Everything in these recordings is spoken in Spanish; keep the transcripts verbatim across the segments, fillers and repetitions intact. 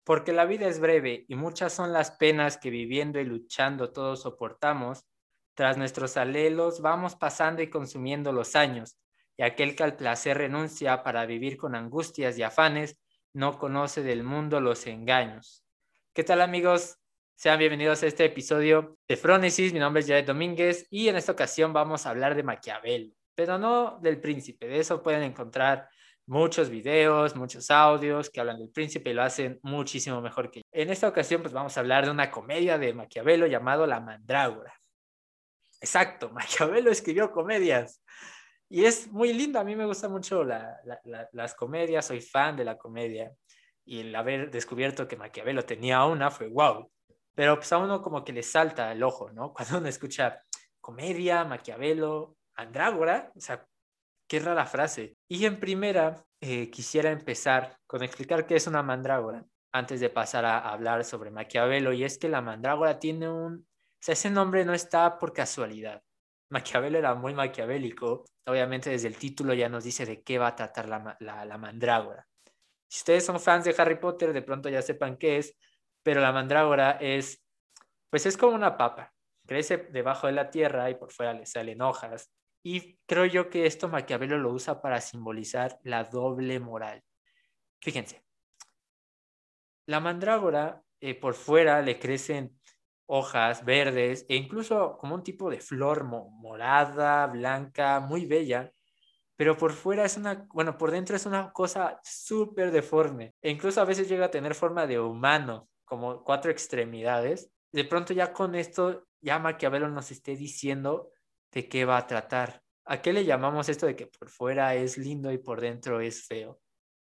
Porque la vida es breve y muchas son las penas que viviendo y luchando todos soportamos. Tras nuestros anhelos vamos pasando y consumiendo los años, y aquel que al placer renuncia para vivir con angustias y afanes, no conoce del mundo los engaños. ¿Qué tal, amigos? Sean bienvenidos a este episodio de Frónesis. Mi nombre es Jared Domínguez y en esta ocasión vamos a hablar de Maquiavelo, pero no del príncipe. De eso pueden encontrar muchos videos, muchos audios que hablan del príncipe y lo hacen muchísimo mejor que yo. En esta ocasión pues vamos a hablar de una comedia de Maquiavelo llamado La Mandrágora. Exacto, Maquiavelo escribió comedias y es muy lindo. A mí me gustan mucho la, la, la, las comedias, soy fan de la comedia y el haber descubierto que Maquiavelo tenía una fue wow. Pero pues a uno como que le salta el ojo, ¿no? Cuando uno escucha comedia, Maquiavelo, Mandrágora, o sea, qué rara frase. Y en primera, eh, quisiera empezar con explicar qué es una mandrágora, antes de pasar a hablar sobre Maquiavelo. Y es que la mandrágora tiene un... O sea, ese nombre no está por casualidad. Maquiavelo era muy maquiavélico. Obviamente desde el título ya nos dice de qué va a tratar la, la, la mandrágora. Si ustedes son fans de Harry Potter, de pronto ya sepan qué es, pero la mandrágora es, pues es como una papa. Crece debajo de la tierra y por fuera le salen hojas. Y creo yo que esto Maquiavelo lo usa para simbolizar la doble moral. Fíjense, la mandrágora eh, por fuera le crecen hojas verdes e incluso como un tipo de flor mo morada, blanca, muy bella, pero por fuera es una, bueno, por dentro es una cosa súper deforme e incluso a veces llega a tener forma de humano, como cuatro extremidades. De pronto ya con esto, ya Maquiavelo nos esté diciendo de qué va a tratar. ¿A qué le llamamos esto de que por fuera es lindo y por dentro es feo?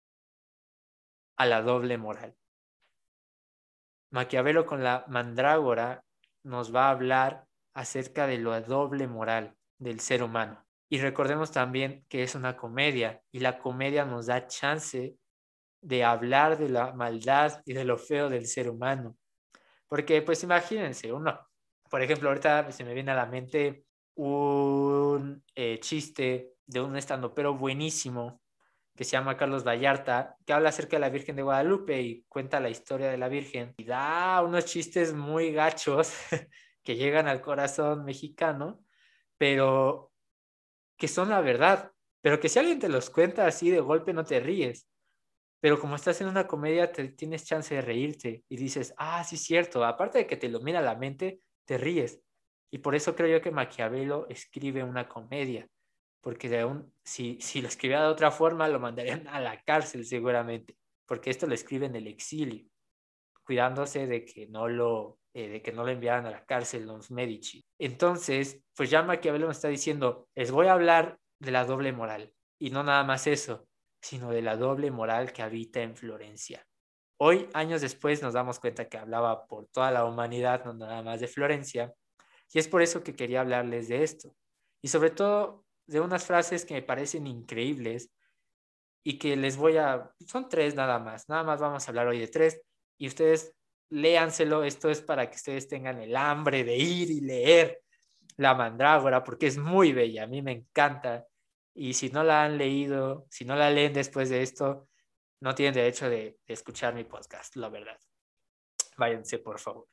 A la doble moral. Maquiavelo con la mandrágora nos va a hablar acerca de la doble moral del ser humano. Y recordemos también que es una comedia y la comedia nos da chance de hablar de la maldad y de lo feo del ser humano. Porque pues imagínense, uno, por ejemplo, ahorita se me viene a la mente un eh, chiste de un estandopero buenísimo que se llama Carlos Vallarta, que habla acerca de la Virgen de Guadalupe y cuenta la historia de la Virgen. Y da unos chistes muy gachos que llegan al corazón mexicano, pero que son la verdad. Pero que si alguien te los cuenta así de golpe no te ríes. Pero como estás en una comedia, te, tienes chance de reírte y dices, ah, sí es cierto. Aparte de que te ilumina la mente, te ríes. Y por eso creo yo que Maquiavelo escribe una comedia. Porque de un, si, si lo escribiera de otra forma, lo mandarían a la cárcel seguramente. Porque esto lo escribe en el exilio, cuidándose de que no lo, eh, de que no lo enviaran a la cárcel los Medici. Entonces, pues ya Maquiavelo me está diciendo, les voy a hablar de la doble moral. Y no nada más eso, sino de la doble moral que habita en Florencia. Hoy, años después, nos damos cuenta que hablaba por toda la humanidad, no nada más de Florencia, y es por eso que quería hablarles de esto. Y sobre todo de unas frases que me parecen increíbles y que les voy a... Son tres nada más, nada más vamos a hablar hoy de tres, y ustedes léanselo, esto es para que ustedes tengan el hambre de ir y leer La Mandrágora, porque es muy bella, a mí me encanta. Y si no la han leído, si no la leen después de esto, no tienen derecho de, de escuchar mi podcast, la verdad. Váyanse, por favor.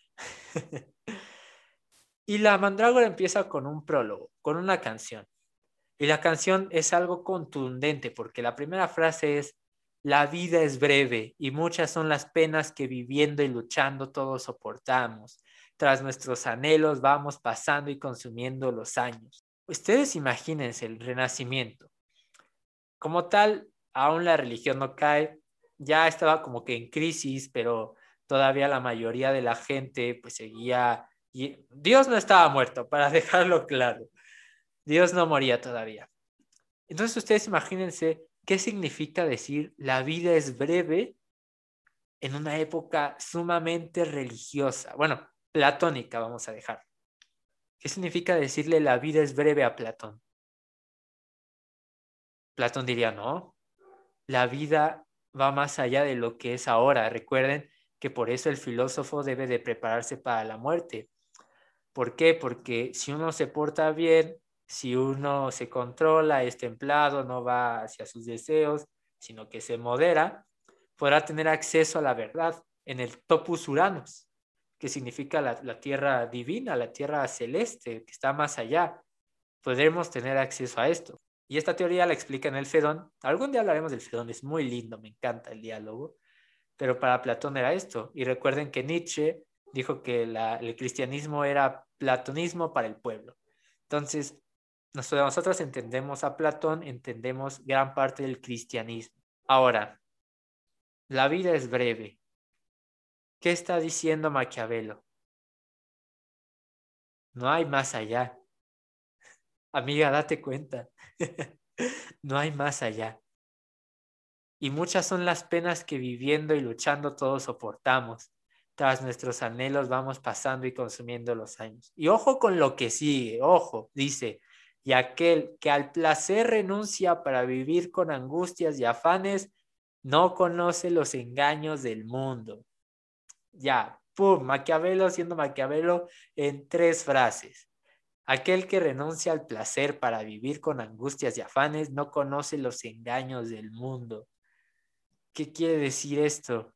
Y La Mandrágora empieza con un prólogo, con una canción. Y la canción es algo contundente, porque la primera frase es, la vida es breve y muchas son las penas que viviendo y luchando todos soportamos. Tras nuestros anhelos vamos pasando y consumiendo los años. Ustedes imagínense el Renacimiento. Como tal, aún la religión no cae, ya estaba como que en crisis, pero todavía la mayoría de la gente pues seguía... Y Dios no estaba muerto, para dejarlo claro. Dios no moría todavía. Entonces ustedes imagínense qué significa decir la vida es breve en una época sumamente religiosa. Bueno, platónica vamos a dejar. ¿Qué significa decirle la vida es breve a Platón? Platón diría, no, la vida va más allá de lo que es ahora. Recuerden que por eso el filósofo debe de prepararse para la muerte. ¿Por qué? Porque si uno se porta bien, si uno se controla, es templado, no va hacia sus deseos, sino que se modera, podrá tener acceso a la verdad. en el Topus Uranus, que significa la, la tierra divina, la tierra celeste, que está más allá. Podremos tener acceso a esto. Y esta teoría la explica en el Fedón. Algún día hablaremos del Fedón, es muy lindo, me encanta el diálogo. Pero para Platón era esto. Y recuerden que Nietzsche dijo que la, el cristianismo era platonismo para el pueblo. Entonces, nosotros entendemos a Platón, entendemos gran parte del cristianismo. Ahora, la vida es breve. ¿Qué está diciendo Maquiavelo? No hay más allá. Amiga, date cuenta. No hay más allá. Y muchas son las penas que viviendo y luchando todos soportamos. Tras nuestros anhelos vamos pasando y consumiendo los años. Y ojo con lo que sigue, ojo, dice, y aquel que al placer renuncia para vivir con angustias y afanes, no conoce los engaños del mundo. Ya, pum, Maquiavelo siendo Maquiavelo en tres frases. Aquel que renuncia al placer para vivir con angustias y afanes, no conoce los engaños del mundo. ¿Qué quiere decir esto?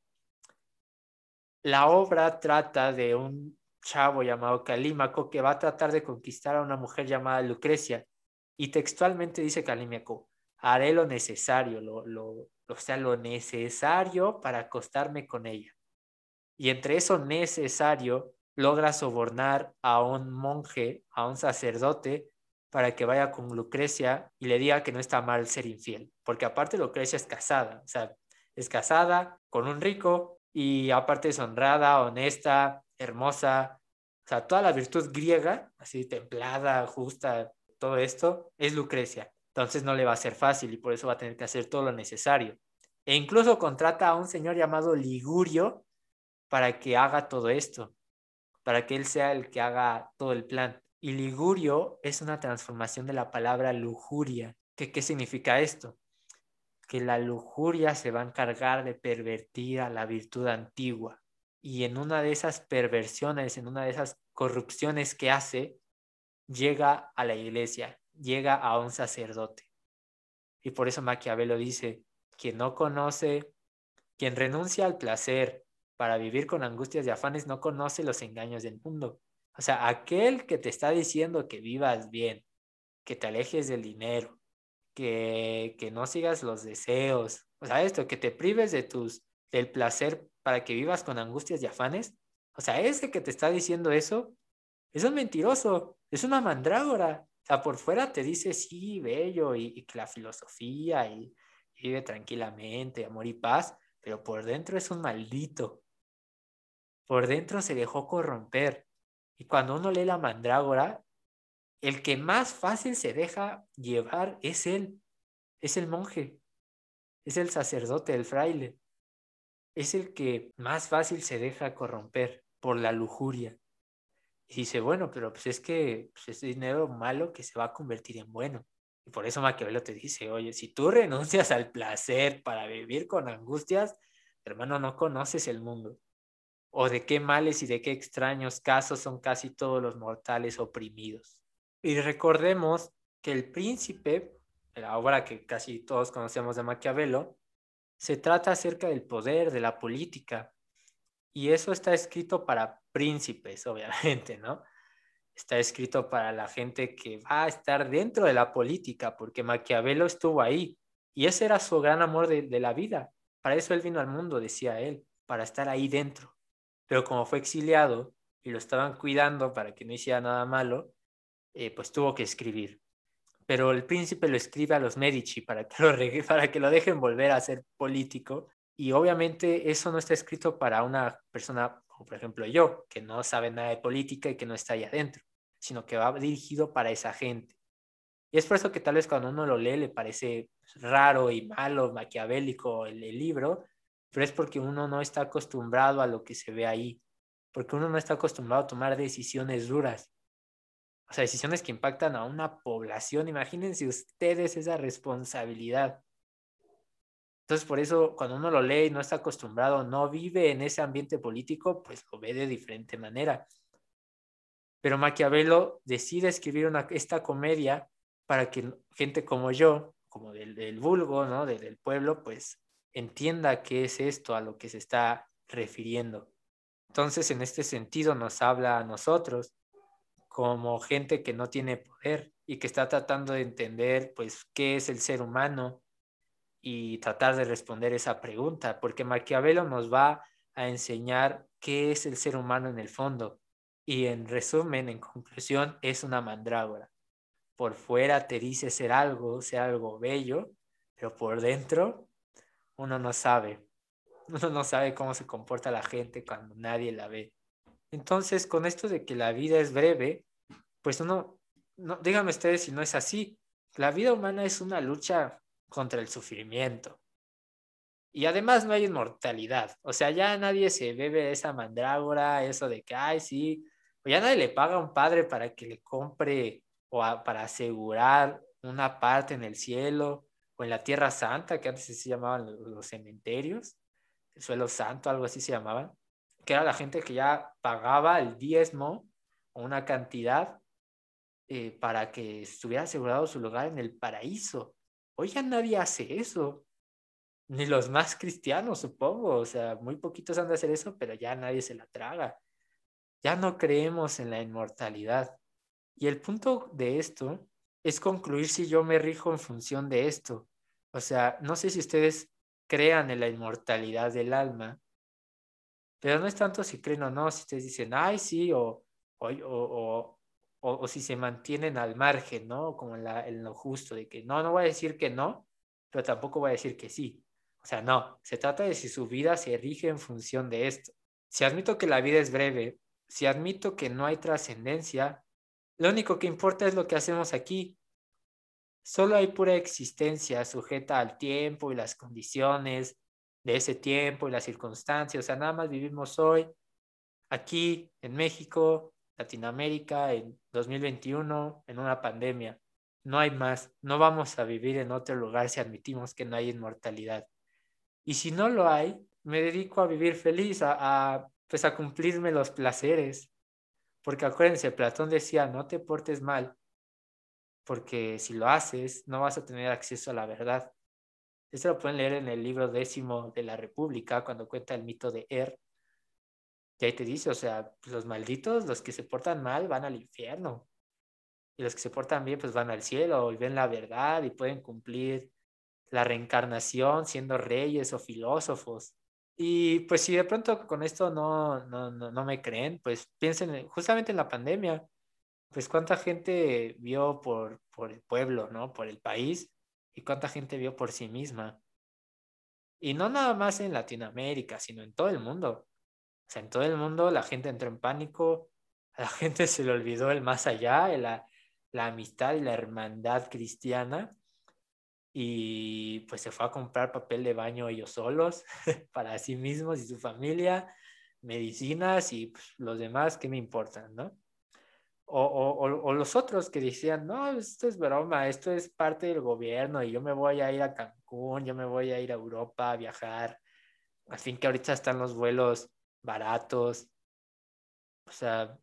La obra trata de un chavo llamado Calímaco que va a tratar de conquistar a una mujer llamada Lucrecia. Y textualmente dice Calímaco, haré lo necesario, lo, lo, o sea, lo necesario para acostarme con ella. Y entre eso necesario, logra sobornar a un monje, a un sacerdote, para que vaya con Lucrecia y le diga que no está mal ser infiel. Porque aparte Lucrecia es casada, o sea, es casada con un rico y aparte es honrada, honesta, hermosa. O sea, toda la virtud griega, así templada, justa, todo esto, es Lucrecia. Entonces no le va a ser fácil y por eso va a tener que hacer todo lo necesario. E incluso contrata a un señor llamado Ligurio para que haga todo esto, para que él sea el que haga todo el plan. Y Ligurio es una transformación de la palabra lujuria. ¿Qué, qué significa esto? Que la lujuria se va a encargar de pervertir a la virtud antigua. Y en una de esas perversiones, en una de esas corrupciones que hace, llega a la iglesia, llega a un sacerdote. Y por eso Maquiavelo dice, quien no conoce, quien renuncia al placer para vivir con angustias y afanes no conoce los engaños del mundo. O sea, aquel que te está diciendo que vivas bien, que te alejes del dinero, que, que no sigas los deseos, o sea, esto, que te prives de tus, del placer para que vivas con angustias y afanes, o sea, ese que te está diciendo eso, es un mentiroso, es una mandrágora. O sea, por fuera te dice sí, bello, y, y que la filosofía, y, y vive tranquilamente, amor y paz, pero por dentro es un maldito. Por dentro se dejó corromper. Y cuando uno lee la mandrágora, el que más fácil se deja llevar es él, es el monje, es el sacerdote, el fraile. Es el que más fácil se deja corromper por la lujuria. Y dice, bueno, pero pues es que pues es dinero malo que se va a convertir en bueno. Y por eso Maquiavelo te dice, oye, si tú renuncias al placer para vivir con angustias, hermano, no conoces el mundo. O de qué males y de qué extraños casos son casi todos los mortales oprimidos. Y recordemos que El Príncipe, la obra que casi todos conocemos de Maquiavelo, se trata acerca del poder, de la política. Y eso está escrito para príncipes, obviamente, ¿no? Está escrito para la gente que va a estar dentro de la política, porque Maquiavelo estuvo ahí. Y ese era su gran amor de, de la vida. Para eso él vino al mundo, decía él, para estar ahí dentro. Pero como fue exiliado y lo estaban cuidando para que no hiciera nada malo, eh, pues tuvo que escribir. Pero el príncipe lo escribe a los Medici para que, lo, para que lo dejen volver a ser político. Y obviamente eso no está escrito para una persona, como por ejemplo yo, que no sabe nada de política y que no está ahí adentro, sino que va dirigido para esa gente. Y es por eso que tal vez cuando uno lo lee le parece raro y malo, maquiavélico el, el libro, pero es porque uno no está acostumbrado a lo que se ve ahí, porque uno no está acostumbrado a tomar decisiones duras. O sea, decisiones que impactan a una población. Imagínense ustedes esa responsabilidad. Entonces, por eso, cuando uno lo lee y no está acostumbrado, no vive en ese ambiente político, pues lo ve de diferente manera. Pero Maquiavelo decide escribir una, esta comedia para que gente como yo, como del, del vulgo, ¿no? Del, del pueblo, pues entienda qué es esto a lo que se está refiriendo. Entonces, en este sentido, nos habla a nosotros como gente que no tiene poder y que está tratando de entender, pues, qué es el ser humano y tratar de responder esa pregunta, porque Maquiavelo nos va a enseñar qué es el ser humano en el fondo. Y en resumen, en conclusión, es una mandrágora. Por fuera te dice ser algo, ser algo bello, pero por dentro uno no sabe. Uno no sabe cómo se comporta la gente cuando nadie la ve. Entonces, con esto de que la vida es breve, pues uno, no, díganme ustedes si no es así. La vida humana es una lucha contra el sufrimiento. Y además no hay inmortalidad. O sea, ya nadie se bebe esa mandrágora, eso de que, ay, sí, o ya nadie le paga a un padre para que le compre o a, para asegurar una parte en el cielo o en la tierra santa, que antes se llamaban los, los cementerios, el suelo santo, algo así se llamaban, que era la gente que ya pagaba el diezmo o una cantidad eh, para que estuviera asegurado su lugar en el paraíso. Hoy ya nadie hace eso. Ni los más cristianos, supongo. O sea, muy poquitos han de hacer eso, pero ya nadie se la traga. Ya no creemos en la inmortalidad. Y el punto de esto es concluir si yo me rijo en función de esto. O sea, no sé si ustedes crean en la inmortalidad del alma, pero no es tanto si creen o no, si ustedes dicen, ay, sí, o, o, o, o, o si se mantienen al margen, ¿no? Como en, la, en lo justo, de que no, no voy a decir que no, pero tampoco voy a decir que sí. O sea, no, se trata de si su vida se rige en función de esto. Si admito que la vida es breve, si admito que no hay trascendencia, lo único que importa es lo que hacemos aquí. Solo hay pura existencia sujeta al tiempo y las condiciones de ese tiempo y las circunstancias. O sea, nada más vivimos hoy, aquí, en México, Latinoamérica, en dos mil veintiuno, en una pandemia. No hay más. No vamos a vivir en otro lugar si admitimos que no hay inmortalidad. Y si no lo hay, me dedico a vivir feliz, a, a, pues a cumplirme los placeres. Porque acuérdense, Platón decía, no te portes mal, porque si lo haces, no vas a tener acceso a la verdad. Esto lo pueden leer en el libro décimo de la República, cuando cuenta el mito de Er. Y ahí te dice, o sea, pues los malditos, los que se portan mal, van al infierno. Y los que se portan bien, pues van al cielo y ven la verdad y pueden cumplir la reencarnación siendo reyes o filósofos. Y pues si de pronto con esto no, no, no, no me creen, pues piensen en- justamente en la pandemia. Pues cuánta gente vio por, por el pueblo, ¿no? Por el país y cuánta gente vio por sí misma. Y no nada más en Latinoamérica, sino en todo el mundo. O sea, en todo el mundo la gente entró en pánico, a la gente se le olvidó el más allá, la, la amistad y la hermandad cristiana, y pues se fue a comprar papel de baño ellos solos, para sí mismos y su familia, medicinas y pues, los demás, ¿qué me importan, no? O, o, o los otros que decían, no, esto es broma, esto es parte del gobierno y yo me voy a ir a Cancún, yo me voy a ir a Europa a viajar, al fin que ahorita están los vuelos baratos, o sea,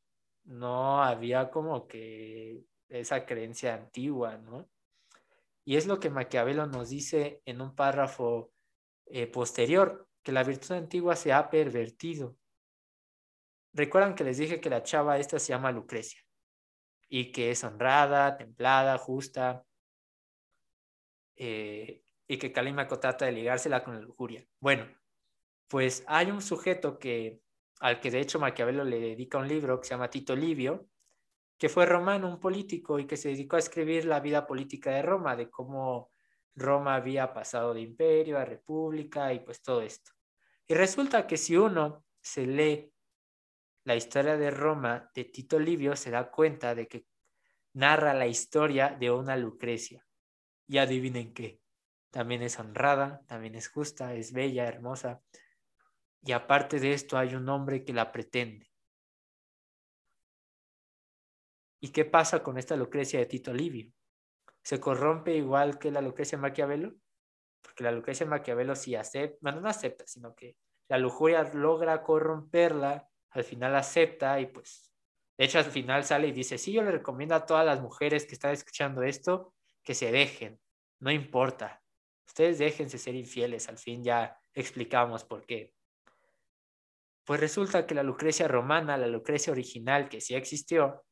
no había como que esa creencia antigua, ¿no? Y es lo que Maquiavelo nos dice en un párrafo eh, posterior, que la virtud antigua se ha pervertido. Recuerdan que les dije que la chava esta se llama Lucrecia y que es honrada, templada, justa, eh, y que Calímaco trata de ligársela con la lujuria. Bueno, pues hay un sujeto que, al que de hecho Maquiavelo le dedica un libro que se llama Tito Livio, que fue romano, un político, y que se dedicó a escribir la vida política de Roma, de cómo Roma había pasado de imperio a república y pues todo esto. Y resulta que si uno se lee la historia de Roma de Tito Livio, se da cuenta de que narra la historia de una Lucrecia. Y adivinen qué, también es honrada, también es justa, es bella, hermosa. Y aparte de esto hay un hombre que la pretende. ¿Y qué pasa con esta Lucrecia de Tito Livio? ¿Se corrompe igual que la Lucrecia Maquiavelo? Porque la Lucrecia Maquiavelo sí acepta, bueno, no acepta, sino que la lujuria logra corromperla, al final acepta y pues, de hecho al final sale y dice, sí, yo le recomiendo a todas las mujeres que están escuchando esto que se dejen, no importa, ustedes déjense ser infieles, al fin ya explicamos por qué. Pues resulta que la Lucrecia romana, la Lucrecia original que sí existió,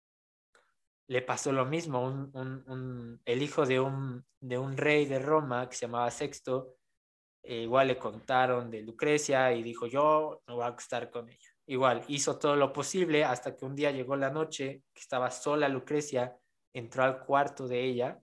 le pasó lo mismo. Un, un, un, el hijo de un, de un rey de Roma que se llamaba Sexto, eh, igual le contaron de Lucrecia y dijo, yo no voy a estar con ella. Igual hizo todo lo posible hasta que un día llegó la noche, que estaba sola Lucrecia, entró al cuarto de ella,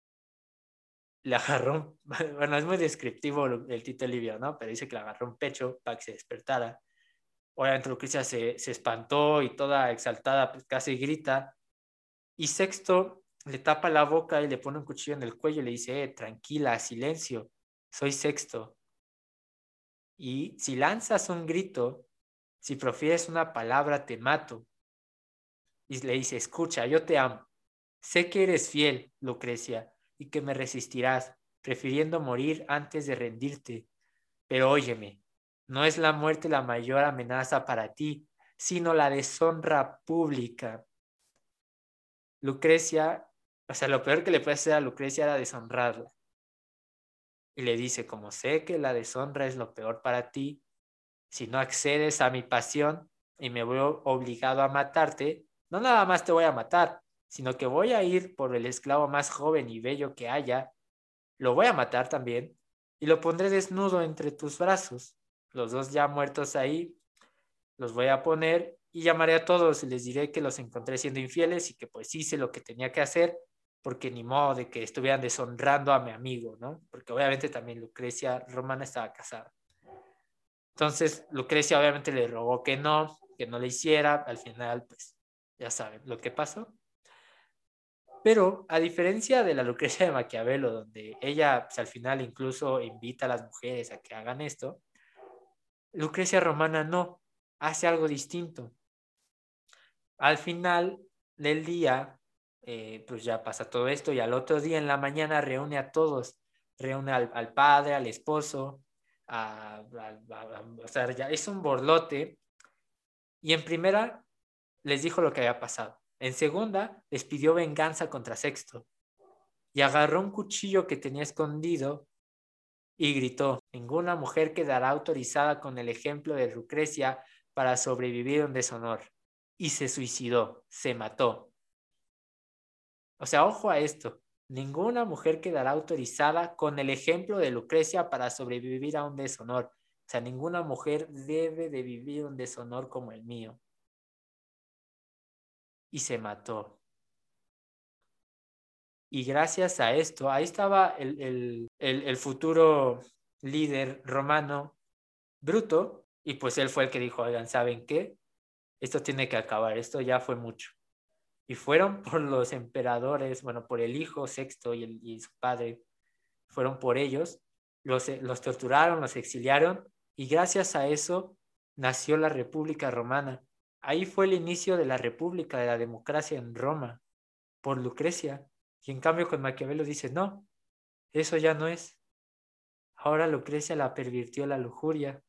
le agarró, bueno, es muy descriptivo el Tito Livio, ¿no? Pero dice que le agarró un pecho para que se despertara. Obviamente Lucrecia se, se espantó y toda exaltada, pues casi grita. Y Sexto le tapa la boca y le pone un cuchillo en el cuello y le dice, eh, tranquila, silencio, soy Sexto. Y si lanzas un grito, si profieres una palabra, te mato. Y le dice, escucha, yo te amo. Sé que eres fiel, Lucrecia, y que me resistirás, prefiriendo morir antes de rendirte. Pero óyeme, no es la muerte la mayor amenaza para ti, sino la deshonra pública. Lucrecia, o sea, lo peor que le puede hacer a Lucrecia era deshonrarla. Y le dice, como sé que la deshonra es lo peor para ti, si no accedes a mi pasión y me veo obligado a matarte, no nada más te voy a matar, sino que voy a ir por el esclavo más joven y bello que haya, lo voy a matar también y lo pondré desnudo entre tus brazos. Los dos ya muertos ahí, los voy a poner y llamaré a todos y les diré que los encontré siendo infieles y que pues hice lo que tenía que hacer, porque ni modo de que estuvieran deshonrando a mi amigo, ¿no? Porque obviamente también Lucrecia romana estaba casada. Entonces Lucrecia obviamente le rogó que no, que no le hiciera. Al final, pues ya saben lo que pasó. Pero a diferencia de la Lucrecia de Maquiavelo, donde ella pues, al final incluso invita a las mujeres a que hagan esto, Lucrecia romana no, hace algo distinto. Al final del día, eh, pues ya pasa todo esto y al otro día en la mañana reúne a todos, reúne al, al padre, al esposo, a, a, a, a, o sea, ya es un borlote. Y en primera les dijo lo que había pasado. En segunda les pidió venganza contra Sexto y agarró un cuchillo que tenía escondido y gritó, ninguna mujer quedará autorizada con el ejemplo de Lucrecia para sobrevivir a un deshonor. Y se suicidó, se mató. O sea, ojo a esto, ninguna mujer quedará autorizada con el ejemplo de Lucrecia para sobrevivir a un deshonor. O sea, ninguna mujer debe de vivir un deshonor como el mío. Y se mató. Y gracias a esto, ahí estaba el, el, el, el futuro líder romano, Bruto, y pues él fue el que dijo, oigan, ¿saben qué? Esto tiene que acabar, esto ya fue mucho. Y fueron por los emperadores, bueno, por el hijo Sexto y, el, y su padre, fueron por ellos, los, los torturaron, los exiliaron, y gracias a eso nació la República Romana. Ahí fue el inicio de la República, de la democracia en Roma, por Lucrecia. Y en cambio con Maquiavelo dice, no, eso ya no es. Ahora Lucrecia la pervirtió la lujuria.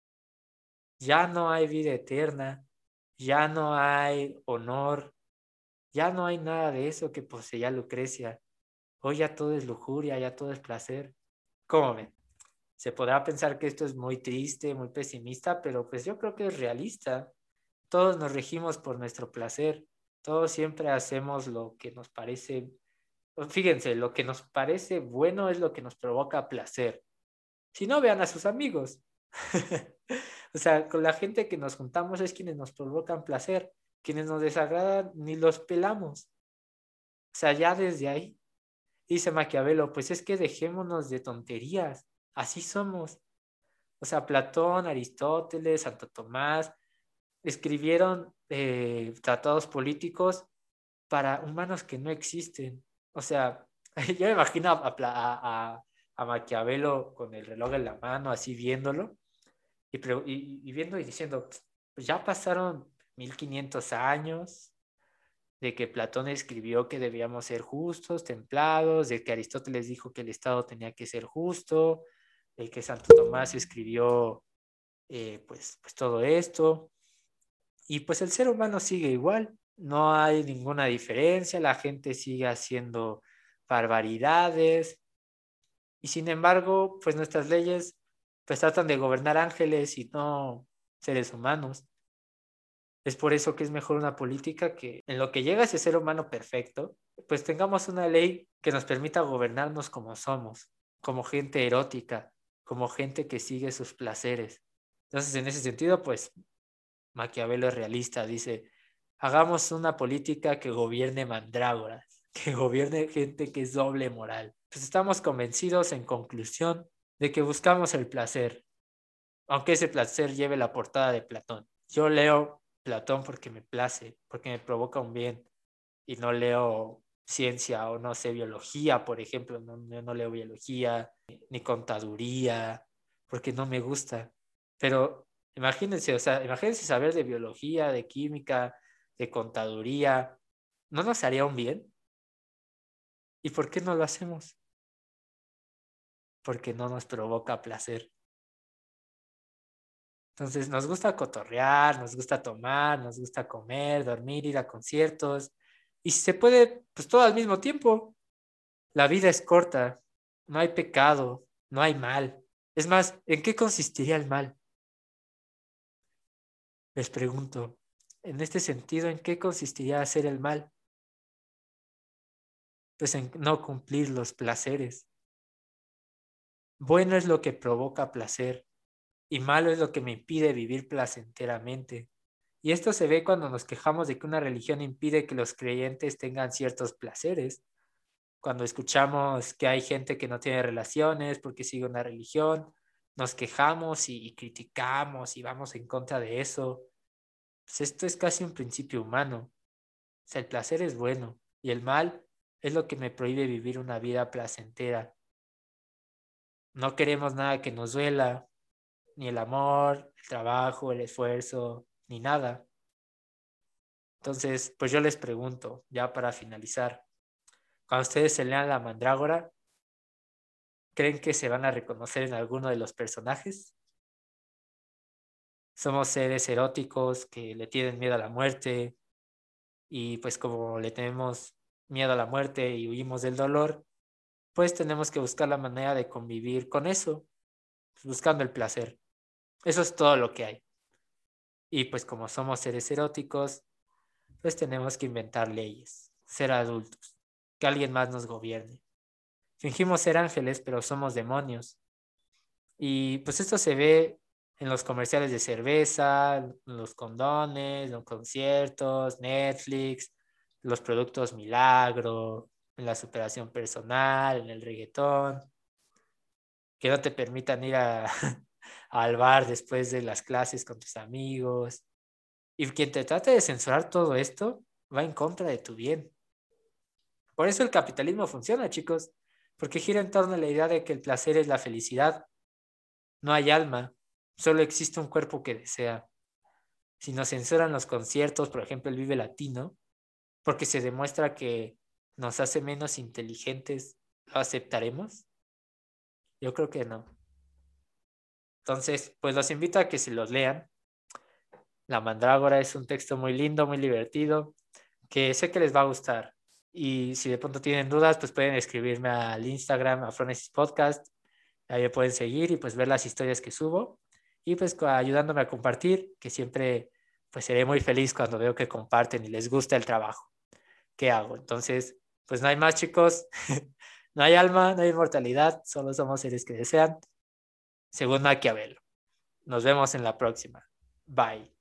Ya no hay vida eterna, ya no hay honor, ya no hay nada de eso que poseía Lucrecia. Hoy ya todo es lujuria, ya todo es placer. ¿Cómo ven? Se podrá pensar que esto es muy triste, muy pesimista, pero pues yo creo que es realista. Todos nos regimos por nuestro placer. Todos siempre hacemos lo que nos parece. Fíjense, lo que nos parece bueno es lo que nos provoca placer. Si no, vean a sus amigos. O sea, con la gente que nos juntamos es quienes nos provocan placer. Quienes nos desagradan, ni los pelamos. O sea, ya desde ahí, dice Maquiavelo, pues es que dejémonos de tonterías. Así somos. O sea, Platón, Aristóteles, Santo Tomás, escribieron eh, tratados políticos para humanos que no existen. O sea, yo me imagino a, a, a, a Maquiavelo con el reloj en la mano, así viéndolo, y, y, y viendo y diciendo, pues ya pasaron mil quinientos años de que Platón escribió que debíamos ser justos, templados, de que Aristóteles dijo que el Estado tenía que ser justo, de que Santo Tomás escribió eh, pues, pues todo esto. Y pues el ser humano sigue igual, no hay ninguna diferencia, la gente sigue haciendo barbaridades y sin embargo, pues nuestras leyes pues tratan de gobernar ángeles y no, seres humanos. Es por eso que es mejor una política que en lo que llega a ese ser humano perfecto, pues tengamos una ley que nos permita gobernarnos como somos, como gente erótica, como gente que sigue sus placeres. Entonces, en ese sentido, pues Maquiavelo es realista, dice, hagamos una política que gobierne mandrágoras, que gobierne gente que es doble moral. Pues estamos convencidos, en conclusión, de que buscamos el placer, aunque ese placer lleve la portada de Platón. Yo leo Platón porque me place, porque me provoca un bien, y no leo ciencia o no sé, biología, por ejemplo, no, yo no leo biología ni contaduría, porque no me gusta. Pero imagínense, o sea, imagínense saber de biología, de química, de contaduría, ¿no nos haría un bien? ¿Y por qué no lo hacemos? Porque no nos provoca placer. Entonces, nos gusta cotorrear, nos gusta tomar, nos gusta comer, dormir, ir a conciertos. Y si se puede, pues todo al mismo tiempo. La vida es corta, no hay pecado, no hay mal. Es más, ¿en qué consistiría el mal? Les pregunto, en este sentido, ¿en qué consistiría hacer el mal? Pues en no cumplir los placeres. Bueno es lo que provoca placer y malo es lo que me impide vivir placenteramente. Y esto se ve cuando nos quejamos de que una religión impide que los creyentes tengan ciertos placeres. Cuando escuchamos que hay gente que no tiene relaciones porque sigue una religión, nos quejamos y, y criticamos y vamos en contra de eso. Pues esto es casi un principio humano. O sea, el placer es bueno y el mal es lo que me prohíbe vivir una vida placentera. No queremos nada que nos duela, ni el amor, el trabajo, el esfuerzo, ni nada. Entonces, pues yo les pregunto, ya para finalizar, cuando ustedes se lean La Mandrágora, ¿creen que se van a reconocer en alguno de los personajes? Somos seres eróticos que le tienen miedo a la muerte y pues como le tenemos miedo a la muerte y huimos del dolor, pues tenemos que buscar la manera de convivir con eso, buscando el placer. Eso es todo lo que hay. Y pues como somos seres eróticos, pues tenemos que inventar leyes, ser adultos, que alguien más nos gobierne. Fingimos ser ángeles, pero somos demonios. Y pues esto se ve en los comerciales de cerveza, en los condones, los conciertos, Netflix, los productos Milagro, en la superación personal, en el reggaetón, que no te permitan ir a, al bar después de las clases con tus amigos. Y quien te trate de censurar todo esto va en contra de tu bien. Por eso el capitalismo funciona, chicos, porque gira en torno a la idea de que el placer es la felicidad. No hay alma, solo existe un cuerpo que desea. Si nos censuran los conciertos, por ejemplo el Vive Latino, porque se demuestra que nos hace menos inteligentes, ¿lo aceptaremos? Yo creo que no. Entonces, pues los invito a que se los lean. La Mandrágora es un texto muy lindo, muy divertido, que sé que les va a gustar. Y si de pronto tienen dudas, pues pueden escribirme al Instagram, a Phronesis Podcast. Ahí me pueden seguir y pues ver las historias que subo. Y pues ayudándome a compartir, que siempre pues seré muy feliz cuando veo que comparten y les gusta el trabajo que hago. Entonces, pues no hay más, chicos. No hay alma, no hay inmortalidad, solo somos seres que desean, según Maquiavelo. Nos vemos en la próxima. Bye.